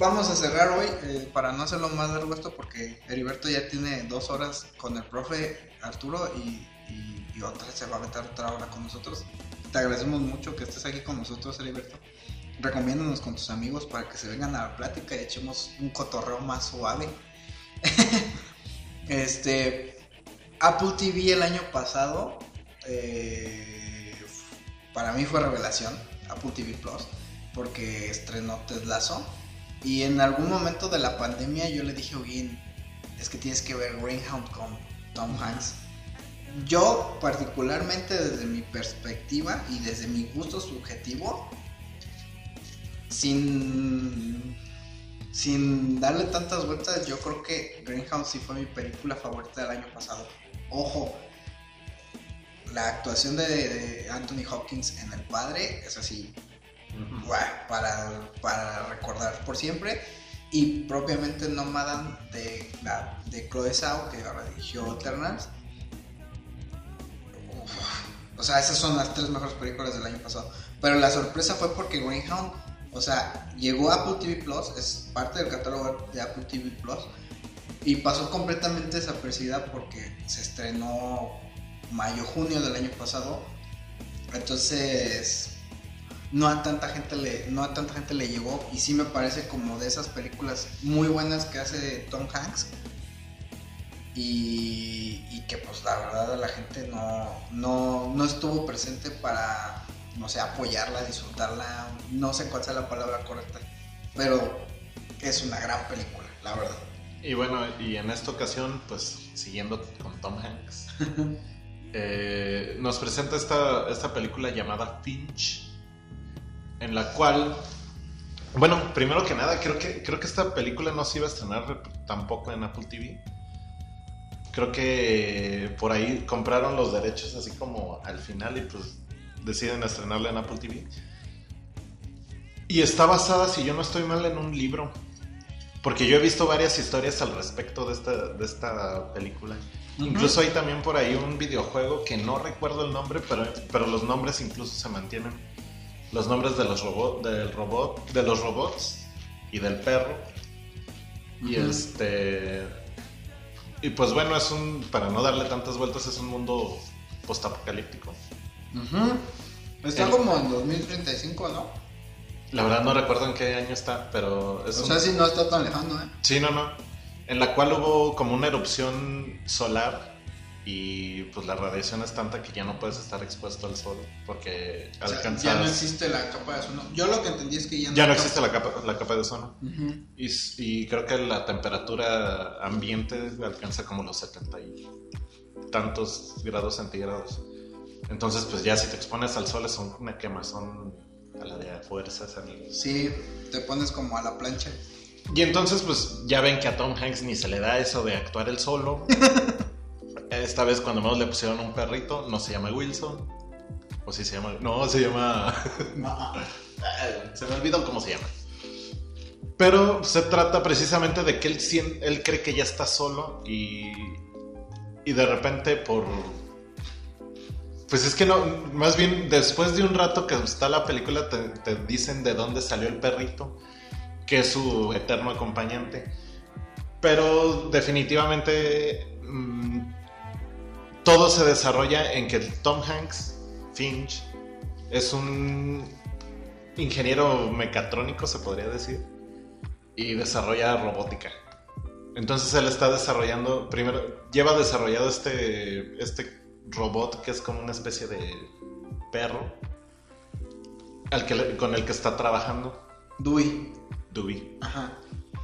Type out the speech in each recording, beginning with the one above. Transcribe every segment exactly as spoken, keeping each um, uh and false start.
vamos a cerrar hoy, eh, para no hacerlo más largo esto, porque Heriberto ya tiene dos horas con el profe Arturo y, y, y otra se va a meter otra hora con nosotros. Te agradecemos mucho que estés aquí con nosotros, Heriberto. Recomiéndanos con tus amigos para que se vengan a la plática y echemos un cotorreo más suave. este, Apple T V el año pasado, eh, para mí fue revelación, Apple T V Plus, porque estrenó Ted Lasso. Y en algún momento de la pandemia yo le dije a Eugene, es que tienes que ver Greyhound con Tom Hanks. Yo particularmente desde mi perspectiva y desde mi gusto subjetivo, sin, sin darle tantas vueltas, yo creo que Greyhound sí fue mi película favorita del año pasado. Ojo, la actuación de, de Anthony Hopkins en El Padre es así, uh-huh. Wow, para, para recordar por siempre. Y propiamente Nomadan de, de Chloe Zhao, que ahora dirigió Eternals. Uf, o sea, esas son las tres mejores películas del año pasado. Pero la sorpresa fue porque Greyhound, o sea, llegó a Apple T V Plus, es parte del catálogo de Apple T V Plus, y pasó completamente desapercibida porque se estrenó mayo-junio del año pasado. Entonces no a tanta gente le no a tanta gente le llegó, y sí me parece como de esas películas muy buenas que hace Tom Hanks, y, y que pues la verdad la gente no, no, no estuvo presente para, no sé, apoyarla, disfrutarla, no sé cuál sea la palabra correcta, pero es una gran película, la verdad. Y bueno, y en esta ocasión, pues siguiendo con Tom Hanks, eh, nos presenta esta, esta película llamada Finch, en la cual, bueno, primero que nada, creo que, creo que esta película no se iba a estrenar tampoco en Apple T V. Creo que por ahí compraron los derechos así como al final y pues deciden estrenarla en Apple T V. Y está basada, si yo no estoy mal, en un libro, porque yo he visto varias historias al respecto de esta, de esta película. Uh-huh. Incluso hay también por ahí un videojuego que no recuerdo el nombre, pero, pero los nombres incluso se mantienen. Los nombres de los robot, del robot, de los robots y del perro. Uh-huh. Y este y pues bueno, es un, para no darle tantas vueltas, es un mundo postapocalíptico. Uh-huh. Está el, como en dos mil treinta y cinco, ¿no? La verdad no recuerdo en qué año está, pero es o un, sea, sí, no está tan lejano, ¿eh? Sí, no, no. En la cual hubo como una erupción solar y pues la radiación es tanta que ya no puedes estar expuesto al sol porque o sea, alcanzas... ya no existe la capa de ozono. Yo lo que entendí es que ya no, ya no existe la capa, la capa de ozono. Uh-huh. y, y creo que la temperatura ambiente alcanza como los setenta y tantos grados centígrados. Entonces pues ya si te expones al sol es una quemazón a la de fuerzas, amigos. Sí, te pones como a la plancha. Y entonces pues ya ven que a Tom Hanks ni se le da eso de actuar él solo. Esta vez cuando menos le pusieron un perrito, no se llama Wilson. O sí se llama... No, se llama... no. Se me olvidó cómo se llama. Pero se trata precisamente de que él, él cree que ya está solo y... Y de repente por... Pues es que no... Más bien después de un rato que está la película te, te dicen de dónde salió el perrito, que es su eterno acompañante. Pero definitivamente... Mmm, todo se desarrolla en que Tom Hanks, Finch, es un ingeniero mecatrónico, se podría decir, y desarrolla robótica. Entonces él está desarrollando, primero, lleva desarrollado este, este robot que es como una especie de perro al que, con el que está trabajando. Dewey. Dewey. Ajá.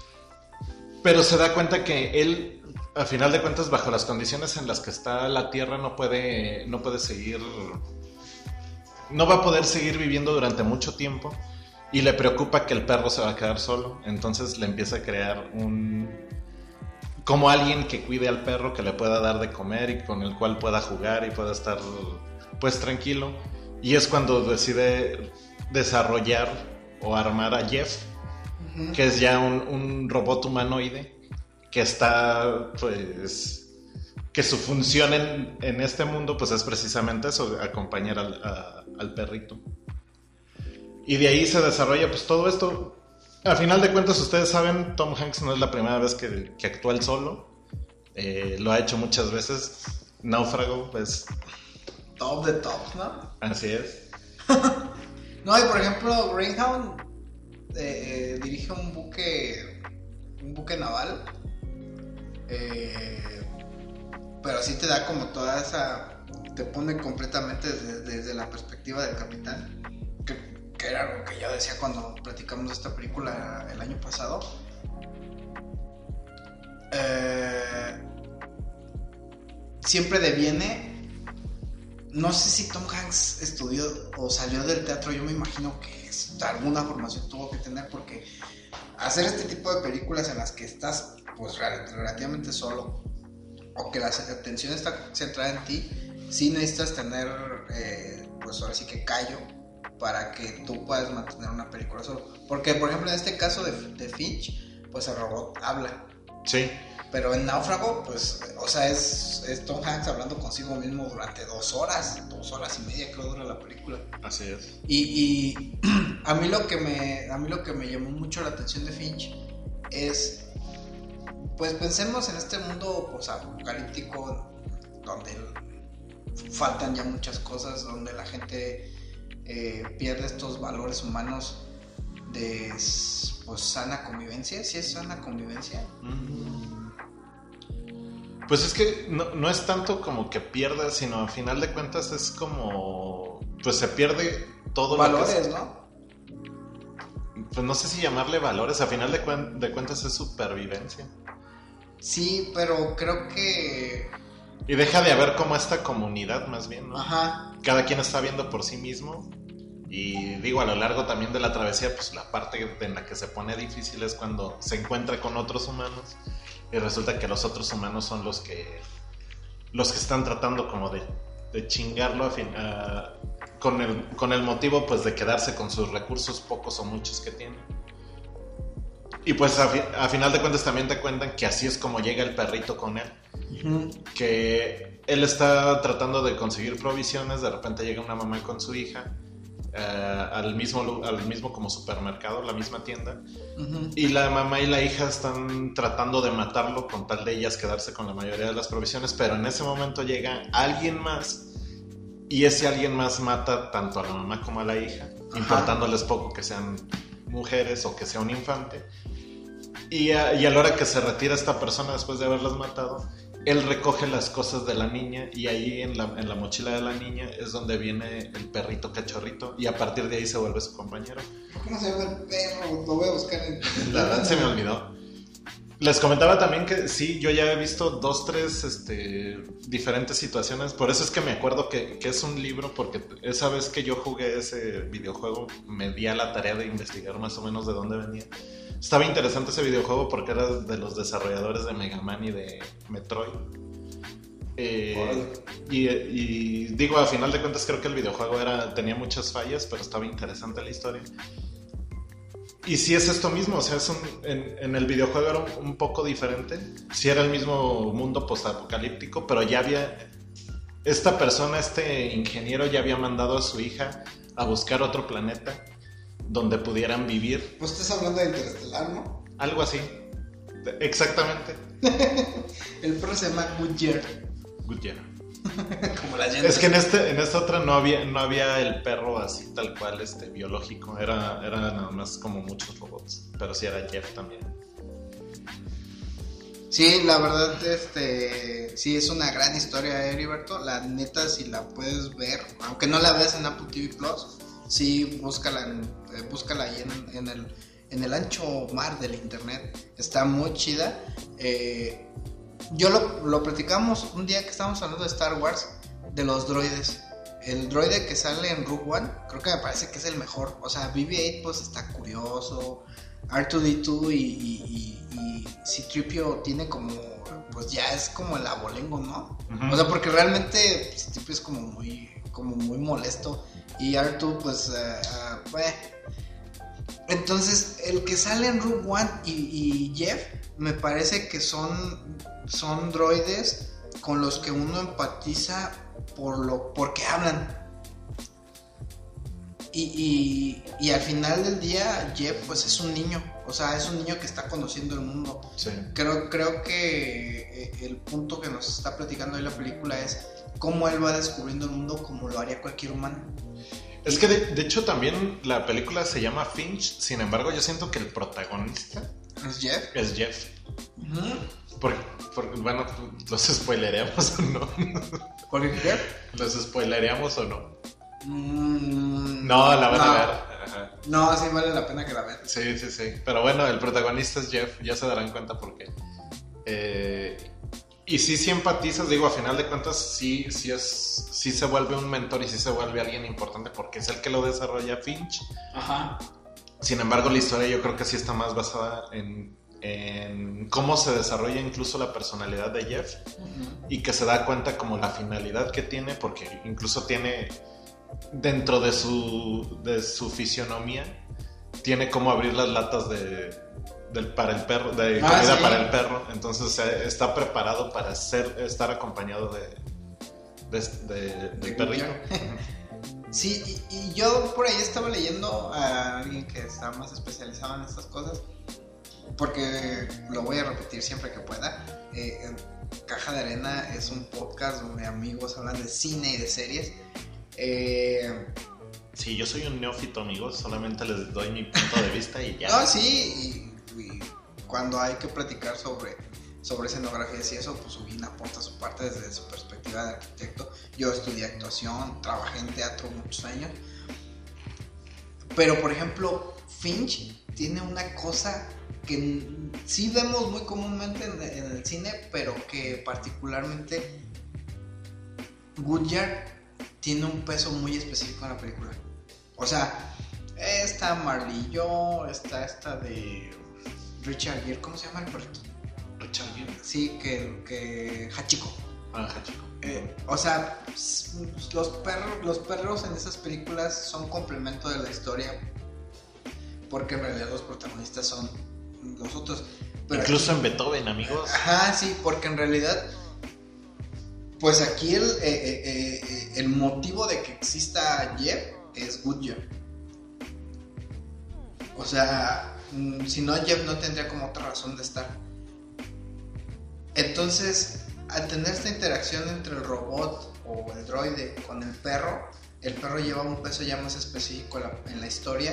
Pero se da cuenta que él... A final de cuentas, bajo las condiciones en las que está la Tierra, no puede, no puede seguir, no va a poder seguir viviendo durante mucho tiempo y le preocupa que el perro se va a quedar solo. Entonces le empieza a crear un, como alguien que cuide al perro, que le pueda dar de comer y con el cual pueda jugar y pueda estar pues tranquilo. Y es cuando decide desarrollar o armar a Jeff, uh-huh. que es ya un, un robot humanoide que está, pues, que su función en, en este mundo, pues, es precisamente eso, acompañar al, a, al perrito. Y de ahí se desarrolla, pues, todo esto. A final de cuentas, ustedes saben, Tom Hanks no es la primera vez que, que actúa él solo. Eh, lo ha hecho muchas veces. Náufrago, pues... Top de top, ¿no? Así es. No, y por ejemplo, Greyhound eh, dirige un buque, un buque naval. Eh, pero sí te da como toda esa... Te pone completamente desde, desde la perspectiva del capitán. Que, que era algo que yo decía cuando platicamos de esta película el año pasado. Eh, siempre deviene... No sé si Tom Hanks estudió o salió del teatro, yo me imagino que alguna formación tuvo que tener, porque hacer este tipo de películas en las que estás pues relativamente solo o que la atención está centrada en ti, sí necesitas tener eh, pues ahora sí que callo para que tú puedas mantener una película solo. Porque por ejemplo en este caso de, de Finch, pues el robot habla. Sí. Pero en Náufrago, pues, o sea, es, es Tom Hanks hablando consigo mismo durante dos horas, dos horas y media creo dura la película. Así es. Y, y a mí lo que me, a mí lo que me llamó mucho la atención de Finch es, pues pensemos en este mundo posapocalíptico donde faltan ya muchas cosas, donde la gente eh, pierde estos valores humanos de pues sana convivencia. ¿Sí es sana convivencia? Mm. Pues es que no, no es tanto como que pierdas, sino a final de cuentas es como... Pues se pierde todo valores, lo que... Valores, ¿no? Pues no sé si llamarle valores, a final de, cuen- de cuentas es supervivencia. Sí, pero creo que... Y deja de haber como esta comunidad más bien, ¿no? Ajá. Cada quien está viendo por sí mismo. Y digo, a lo largo también de la travesía, pues la parte en la que se pone difícil es cuando se encuentra con otros humanos. Y resulta que los otros humanos son los que los que están tratando como de, de chingarlo a fin, a, con, el, con el motivo pues de quedarse con sus recursos pocos o muchos que tienen. Y pues a, fi, a final de cuentas también te cuentan que así es como llega el perrito con él. Uh-huh. Que él está tratando de conseguir provisiones, de repente llega una mamá con su hija. Uh, al mismo al mismo como supermercado, la misma tienda, uh-huh. Y la mamá y la hija están tratando de matarlo con tal de ellas quedarse con la mayoría de las provisiones, pero en ese momento llega alguien más y ese alguien más mata tanto a la mamá como a la hija, uh-huh. Importándoles poco que sean mujeres o que sea un infante, y a, y a la hora que se retira esta persona después de haberlas matado, él recoge las cosas de la niña y ahí en la, en la mochila de la niña es donde viene el perrito cachorrito y a partir de ahí se vuelve su compañero. ¿Cómo se llama el perro? Lo voy a buscar en... La verdad se me olvidó. Les comentaba también que sí, yo ya he visto dos, tres este, diferentes situaciones, por eso es que me acuerdo que, que es un libro, porque esa vez que yo jugué ese videojuego me di a la tarea de investigar más o menos de dónde venía. Estaba interesante ese videojuego porque era de los desarrolladores de Mega Man y de Metroid. Eh, y, y digo, a final de cuentas creo que el videojuego era, tenía muchas fallas, pero estaba interesante la historia. Y sí es esto mismo, o sea, es un, en, en el videojuego era un, un poco diferente. Sí era el mismo mundo postapocalíptico, pero ya había... Esta persona, este ingeniero ya había mandado a su hija a buscar otro planeta donde pudieran vivir. Pues estás hablando de Interestelar, ¿no? Algo así. Exactamente. El perro se llama Goodyear. Goodyear. Como las llantas. Es que en este, en esta otra no había, no había el perro así tal cual, este, biológico. Era, era nada más como muchos robots. Pero sí era Jeff también. Sí, la verdad, este, sí es una gran historia, Heriberto. La neta, si la puedes ver, aunque no la veas en Apple T V Plus, sí, búscala, en, eh, búscala ahí en, en, el, en el ancho mar del internet. Está muy chida. Eh, yo lo, lo platicamos un día que estábamos hablando de Star Wars, de los droides. El droide que sale en Rogue One, creo que me parece que es el mejor. O sea, B B ocho pues está curioso. R dos D dos y, y, y, y C tres P O tiene como, pues ya es como el abolengo, ¿no? Uh-huh. O sea, porque realmente C tres P O es como muy, como muy molesto. Y R dos, pues, uh, uh, eh. Entonces, el que sale en Rogue One y, y Jeff, me parece que son, son droides con los que uno empatiza por lo, porque hablan. y, y, y al final del día Jeff pues es un niño, o sea, es un niño que está conociendo el mundo. Sí. Creo, creo que el punto que nos está platicando hoy la película es cómo él va descubriendo el mundo como lo haría cualquier humano. Es que de, de hecho también la película se llama Finch, sin embargo yo siento que el protagonista ¿Es Jeff? es Jeff. Uh-huh. Por, por, bueno, ¿los spoilereamos o no? ¿Por qué Jeff? ¿Los spoilereamos o no? Mm, no, la van no. a ver. Ajá. No, sí vale la pena que la vean. Sí, sí, sí. Pero bueno, el protagonista es Jeff, ya se darán cuenta por qué. Eh, y sí, sí empatizas, digo, a final de cuentas, sí, sí, es, sí se vuelve un mentor y sí se vuelve alguien importante porque es el que lo desarrolla Finch. Ajá. Sin embargo, la historia yo creo que sí está más basada en, en cómo se desarrolla incluso la personalidad de Jeff. Uh-huh. Y que se da cuenta como la finalidad que tiene, porque incluso tiene, dentro de su, de su fisionomía, tiene como abrir las latas de, del, para el perro, de ah, comida ¿sí? para el perro. Entonces está preparado para ser, estar acompañado de, de, de, del de perrito. Sí, y, y yo por ahí estaba leyendo a alguien que está más especializado en estas cosas, porque lo voy a repetir siempre que pueda. Eh, Caja de Arena es un podcast donde amigos hablan de cine y de series. Eh, sí, yo soy un neófito, amigos, solamente les doy mi punto de vista y ya. No, sí, y, y cuando hay que platicar sobre, sobre escenografías y eso, pues Subin aporta su parte desde su perspectiva de arquitecto. Yo estudié actuación, trabajé en teatro muchos años. Pero, por ejemplo, Finch tiene una cosa que sí vemos muy comúnmente en, en el cine, pero que particularmente Goodyear tiene un peso muy específico en la película. O sea, está Marley y yo, está esta de Richard Gere, ¿cómo se llama el perrito? Richard Gere. Sí, que, que Hachiko. Ah, Hachiko. Eh, o sea, los perros, los perros en esas películas son complemento de la historia, porque en realidad los protagonistas son los otros. Pero incluso aquí, en Beethoven, amigos. Ajá, sí, porque en realidad, pues aquí el, eh, eh, eh, el motivo de que exista Jeff es Goodyear. O sea, si no, Jeff no tendría como otra razón de estar. Entonces, al tener esta interacción entre el robot o el droide con el perro, el perro lleva un peso ya más específico en la, en la historia.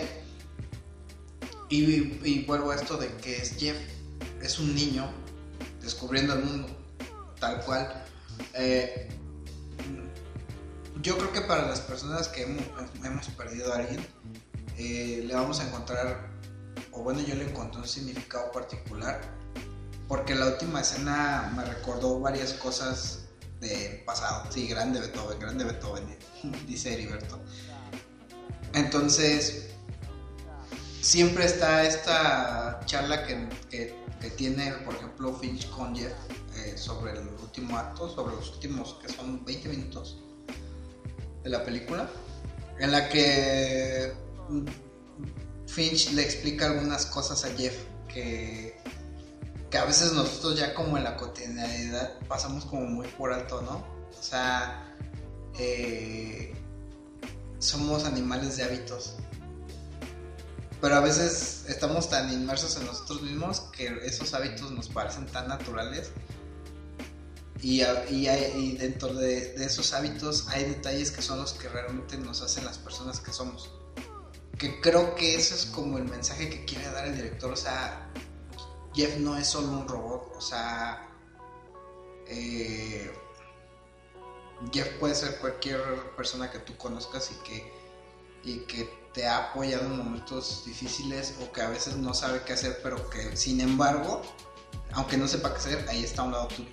Y, y vuelvo a esto de que es Jeff, es un niño descubriendo el mundo, tal cual. Eh, yo creo que para las personas que hemos, hemos perdido a alguien, eh, le vamos a encontrar, o bueno, yo le encontré un significado particular, porque la última escena me recordó varias cosas del pasado. Sí, grande Beethoven, grande Beethoven, dice Heriberto. Entonces, siempre está esta charla que, que, que tiene, por ejemplo, Finch con Jeff eh, sobre el último acto, sobre los últimos que son veinte minutos de la película, en la que Finch le explica algunas cosas a Jeff que, que a veces nosotros ya como en la cotidianidad pasamos como muy por alto, ¿no? O sea, eh, somos animales de hábitos. Pero a veces estamos tan inmersos en nosotros mismos que esos hábitos nos parecen tan naturales. Y, y, y dentro de, de esos hábitos hay detalles que son los que realmente nos hacen las personas que somos. Que creo que eso es como el mensaje que quiere dar el director. O sea, Jeff no es solo un robot. O sea, eh, Jeff puede ser cualquier persona que tú conozcas y que, y que te ha apoyado en momentos difíciles o que a veces no sabe qué hacer, pero que sin embargo, aunque no sepa qué hacer, ahí está a un lado tuyo.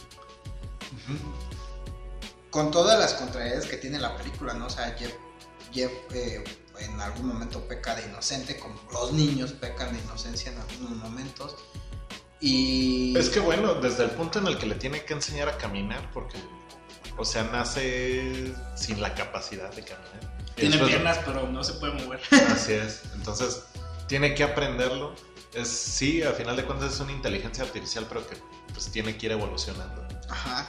Uh-huh. Con todas las contrariedades que tiene la película, ¿no? O sea, Jeff, Jeff eh, en algún momento peca de inocente, como los niños pecan de inocencia en algunos momentos. Y es que bueno, desde el punto en el que le tiene que enseñar a caminar, porque, o sea, nace sin la capacidad de caminar. Tiene piernas, pero no se puede mover. Así es. Entonces, tiene que aprenderlo. Es, sí, al final de cuentas es una inteligencia artificial, pero que pues tiene que ir evolucionando. Ajá.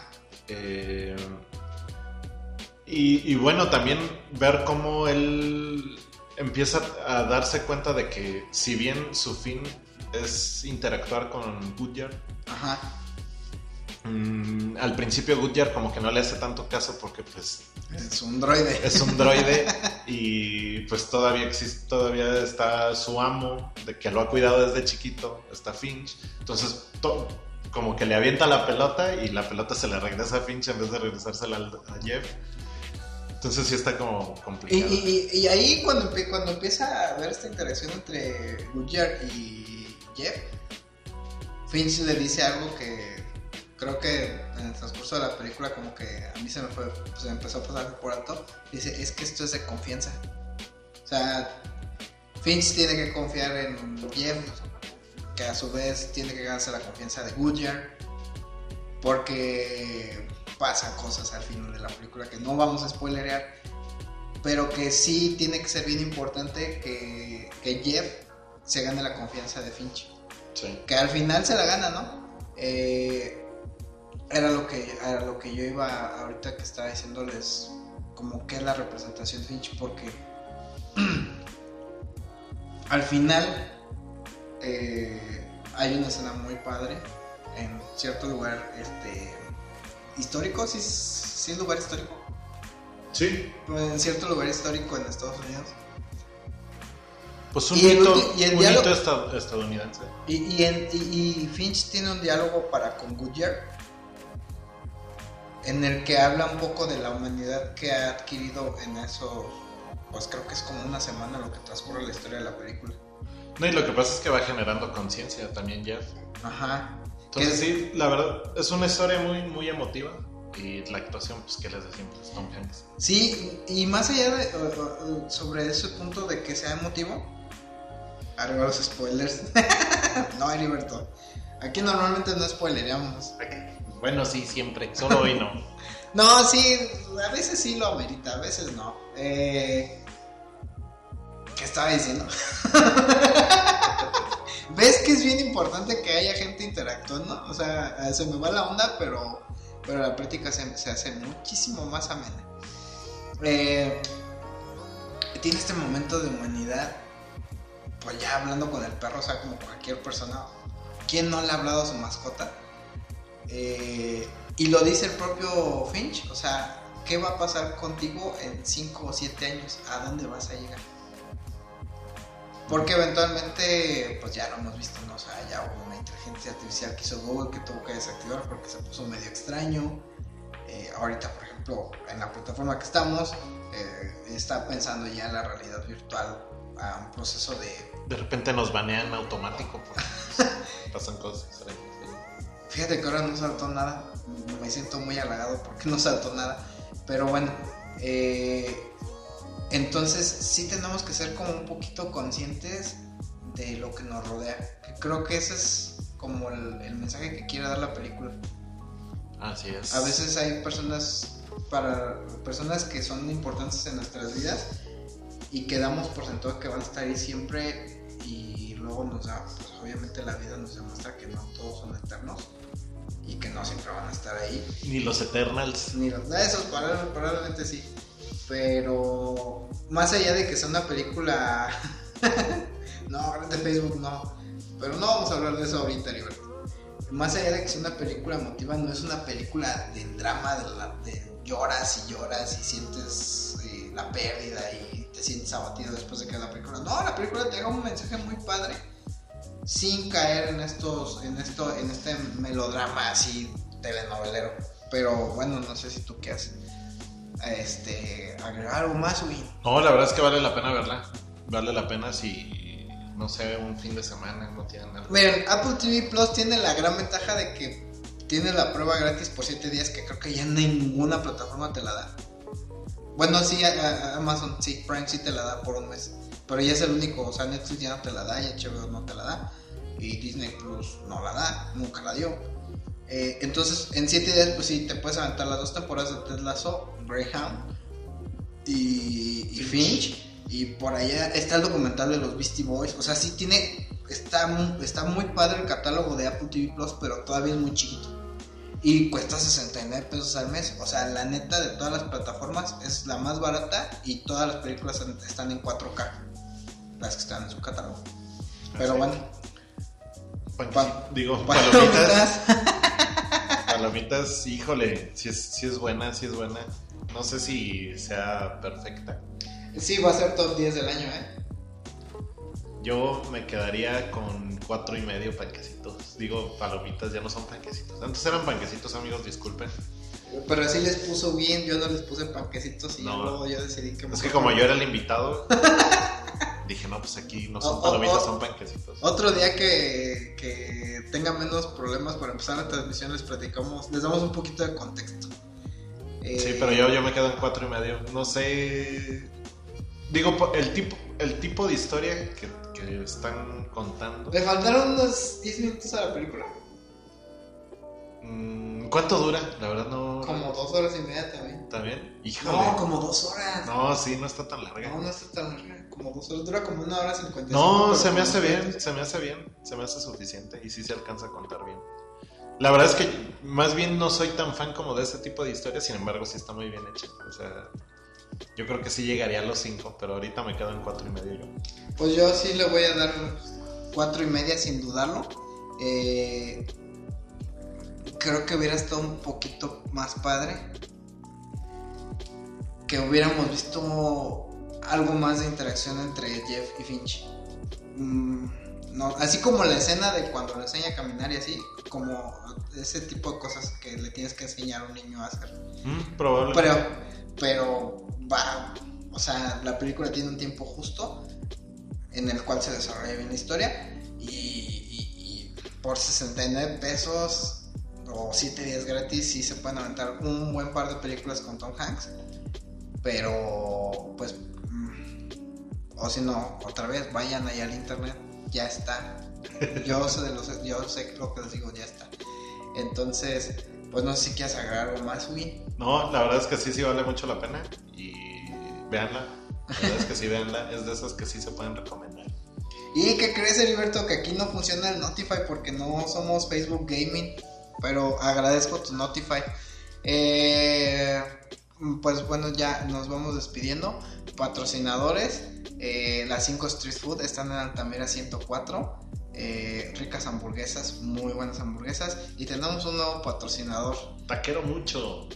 Eh, y, y bueno, también ver cómo él empieza a darse cuenta de que si bien su fin es interactuar con Goodyear, Ajá. mmm, al principio Goodyear como que no le hace tanto caso porque pues es un droide. Es un droide y pues todavía existe, todavía está su amo, de que lo ha cuidado desde chiquito, está Finch. Entonces to, como que le avienta la pelota y la pelota se le regresa a Finch en vez de regresársela a Jeff. Entonces sí está como complicado. Y, y, y ahí cuando, cuando empieza a ver esta interacción entre Goodyear y Jeff, Finch le dice algo que creo que en el transcurso de la película como que a mí se me fue, se me empezó a pasar por alto. Dice, es que esto es de confianza. O sea, Finch tiene que confiar en Jeff, que a su vez tiene que ganarse la confianza de Goodyear, porque pasan cosas al final de la película que no vamos a spoilerear, pero que sí tiene que ser bien importante que, que Jeff se gane la confianza de Finch. Sí. Que al final se la gana, ¿no? Eh, era lo que era lo que yo iba ahorita que estaba diciéndoles, como que es la representación de Finch, porque al final eh, hay una escena muy padre en cierto lugar este histórico, sí, sí es lugar histórico. Sí. En cierto lugar histórico en Estados Unidos. Pues un y el, hito, y el un diálogo, hito estadounidense. Y, y, en, y, y Finch tiene un diálogo para con Goodyear en el que habla un poco de la humanidad que ha adquirido en eso, pues creo que es como una semana lo que transcurre la historia de la película. No, y lo que pasa es que va generando conciencia también Jeff. Ajá. Entonces sí, la verdad, es una historia muy, muy emotiva. Y la actuación, pues, ¿qué les decimos? Tom Hanks. Sí, y más allá de, uh, uh, sobre ese punto de que sea emotivo, arriba los spoilers. No, Heriberto, aquí normalmente no spoilereamos. Bueno, sí, siempre, solo hoy no. No, sí, a veces sí lo amerita, a veces no. Eh, ¿Qué estaba diciendo? ¿Ves que es bien importante que haya gente interactuando? O sea, se me va la onda, pero, pero la práctica se, se hace muchísimo más amena. Eh, tiene este momento de humanidad, pues ya hablando con el perro, o sea, como cualquier persona. ¿Quién no le ha hablado a su mascota? Eh, y lo dice el propio Finch, o sea, ¿qué va a pasar contigo en cinco o siete años? ¿A dónde vas a llegar? Porque eventualmente, pues ya lo hemos visto, ¿no? O sea, ya hubo una inteligencia artificial que hizo Google que tuvo que desactivar porque se puso medio extraño. Eh, ahorita, por ejemplo, en la plataforma que estamos, eh, está pensando ya en la realidad virtual, a un proceso de... De repente nos banean automático porque pasan cosas extrañas. Fíjate que ahora no saltó nada, me siento muy halagado porque no saltó nada, pero bueno, eh, entonces sí tenemos que ser como un poquito conscientes de lo que nos rodea. Creo que ese es como el, el mensaje que quiere dar la película. Así es. A veces hay personas, para personas que son importantes en nuestras vidas y que damos por sentado que van a estar ahí siempre, y luego nos da, pues obviamente la vida nos demuestra que no todos son eternos y que no siempre van a estar ahí. Ni los Eternals. Ni los, esos probablemente sí. Pero más allá de que sea una película no, grande Facebook no, pero no vamos a hablar de eso ahorita, Heriberto. Más allá de que sea una película emotiva, no es una película de drama de, la, de lloras y lloras y sientes eh, la pérdida y te sientes abatido después de que la película. No, la película te da un mensaje muy padre sin caer en estos en esto en este melodrama así telenovelero. Pero bueno, no sé si tú qué haces. Este, agregar algo más, Uy. No, la verdad es que vale la pena verla. Vale la pena si, no sé, un fin de semana no tienen nada. Miren, Apple T V Plus tiene la gran ventaja de que tiene la prueba gratis por siete días, que creo que ya ninguna plataforma te la da. Bueno, sí, a, a Amazon, sí, Prime sí te la da por un mes, pero ya es el único. O sea, Netflix ya no te la da, y H B O no te la da, y Disney Plus no la da, nunca la dio. Eh, entonces, en siete días, pues sí, te puedes aventar las dos temporadas de Ted Lasso, Greyhound y, y Finch. Y por allá está el documental de los Beastie Boys. O sea, sí tiene, está, está muy padre el catálogo de Apple T V Plus, pero todavía es muy chiquito. y cuesta sesenta y nueve pesos al mes. O sea, la neta de todas las plataformas es la más barata y todas las películas están en cuatro K, las que están en su catálogo. Pero Así. bueno, Panqui- Pa- digo, palomitas. palomitas. Palomitas, híjole, si es, si es buena, si es buena. No sé si sea perfecta. Sí, va a ser top diez del año, ¿eh? Yo me quedaría con cuatro y medio panquecitos. Digo, palomitas ya no son panquecitos. Antes eran panquecitos, amigos, disculpen. Pero así les puso bien, yo no les puse panquecitos y No. luego yo decidí que... Es que como yo era el invitado, dije, no, pues aquí no son Oh, oh, palomitas, oh. son panquecitos. Otro día que, que tenga menos problemas para empezar la transmisión les platicamos, les damos un poquito de contexto. Eh, Sí, pero yo, yo me quedo en cuatro y medio. No sé. Digo, po- el tipo, el tipo de historia que, que están contando. Le faltaron unos diez minutos a la película. Mm, ¿Cuánto dura? La verdad no. Como dos horas y media también. ¿También? Híjole. No, como dos horas. No, sí, no está tan larga. No, no está tan larga. Como dos horas. Dura como una hora cincuenta y cinco. No, pero se me como hace bien, veinte. se me hace bien, se me hace suficiente y sí se alcanza a contar bien. La verdad es que más bien no soy tan fan como de ese tipo de historias, sin embargo sí está muy bien hecha. O sea, yo creo que sí llegaría a los cinco, pero ahorita me quedo en cuatro y medio yo. Pues yo sí le voy a dar cuatro y media sin dudarlo. Eh, creo que hubiera estado un poquito más padre. Que hubiéramos visto algo más de interacción entre Jeff y Finch. Mm, no, así como la escena de cuando le enseña a caminar y así, como ese tipo de cosas que le tienes que enseñar a un niño a hacer. Mm, probablemente. Pero, pero va, o sea, la película tiene un tiempo justo en el cual se desarrolla bien la historia y, y, y por sesenta y nueve pesos o siete días gratis sí se pueden aventar un buen par de películas con Tom Hanks, pero pues, mm, o si no, otra vez vayan ahí al internet, ya está. Yo sé, de los, yo sé lo que les digo, ya está. Entonces, pues no sé si quieres agregar algo más, Uy. No, la verdad es que sí, sí vale mucho la pena y véanla. La verdad es que sí, véanla. Es de esas que sí se pueden recomendar. ¿Y qué crees, Heriberto? Que aquí no funciona el Notify porque no somos Facebook Gaming, pero agradezco tu Notify. Eh, pues bueno, ya nos vamos despidiendo. Patrocinadores, eh, las cinco Street Food están en Altamira ciento cuatro. Eh, ricas hamburguesas, muy buenas hamburguesas. Y tenemos un nuevo patrocinador. Taquero mucho.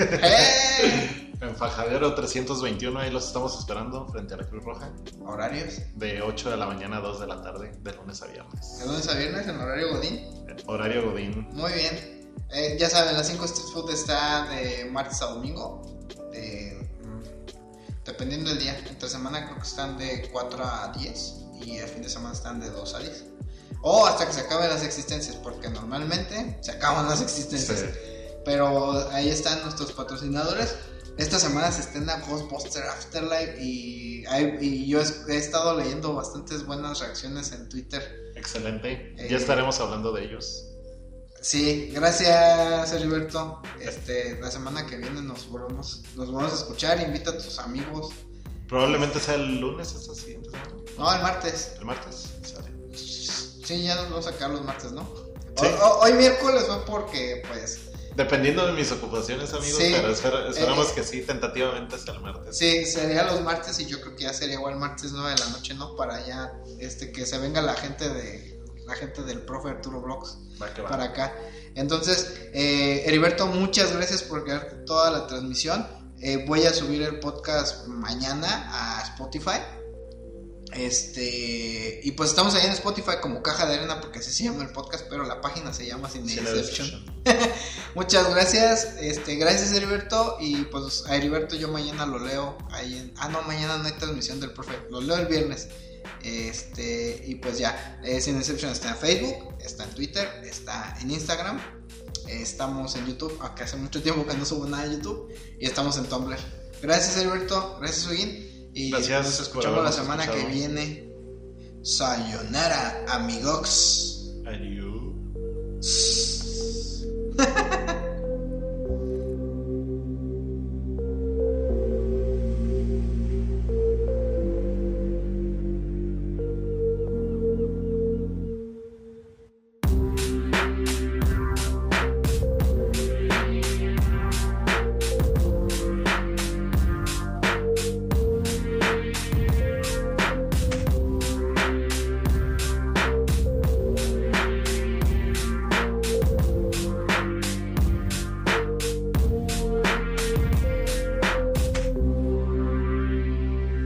¡Hey! En Fajadero trescientos veintiuno, ahí los estamos esperando frente a la Cruz Roja. Horarios. De ocho de la mañana a dos de la tarde, de lunes a viernes. De lunes a viernes en horario Godín. Eh, Horario Godín. Muy bien. Eh, ya saben, las cinco Street Food está de martes a domingo. De, mm, dependiendo del día. Entre semana creo que están de cuatro a diez. Y el fin de semana están de dos a diez. O hasta que se acaben las existencias. Porque normalmente se acaban las existencias. Sí. Pero ahí están nuestros patrocinadores. Esta semana se estrena Ghostbuster Afterlife. Y, hay- y yo he, he estado leyendo bastantes buenas reacciones en Twitter. Excelente. Eh, Ya estaremos hablando de ellos. Sí, gracias Heriberto. Este, la semana que viene nos volvemos, nos volvemos a escuchar. Invita a tus amigos. Probablemente sea el lunes esta siguiente semana. No, el martes. El martes. Sale. Sí, ya nos vamos a sacar los martes, ¿no? Sí. O- o- hoy miércoles fue porque, pues, Dependiendo de mis ocupaciones, amigos, Sí. pero espero- esperamos Eh, que sí, tentativamente sea el martes. sí, sería los martes y yo creo que ya sería igual martes nueve de la noche, ¿no? Para ya, este, que se venga la gente de, la gente del profe Arturo Vlogs Va que va. para acá. Entonces, eh, Heriberto, muchas gracias por quedarte toda la transmisión. Eh, voy a subir el podcast mañana a Spotify. Este, y pues estamos ahí en Spotify como Caja de Arena porque así se llama el podcast, pero la página se llama Sin Sin Deception. Deception. Muchas gracias, este, gracias Heriberto. Y pues a Heriberto yo mañana lo leo ahí en, ah no, mañana no hay transmisión del profe, lo leo el viernes. Este, y pues ya, eh, Sin Deception está en Facebook, está en Twitter, está en Instagram, eh, estamos en YouTube, aunque hace mucho tiempo que no subo nada a YouTube, y estamos en Tumblr. Gracias Heriberto, gracias Huguín. Y Gracias nos por escuchamos la habernos semana escuchado. que viene. Sayonara, amigos. Adiós.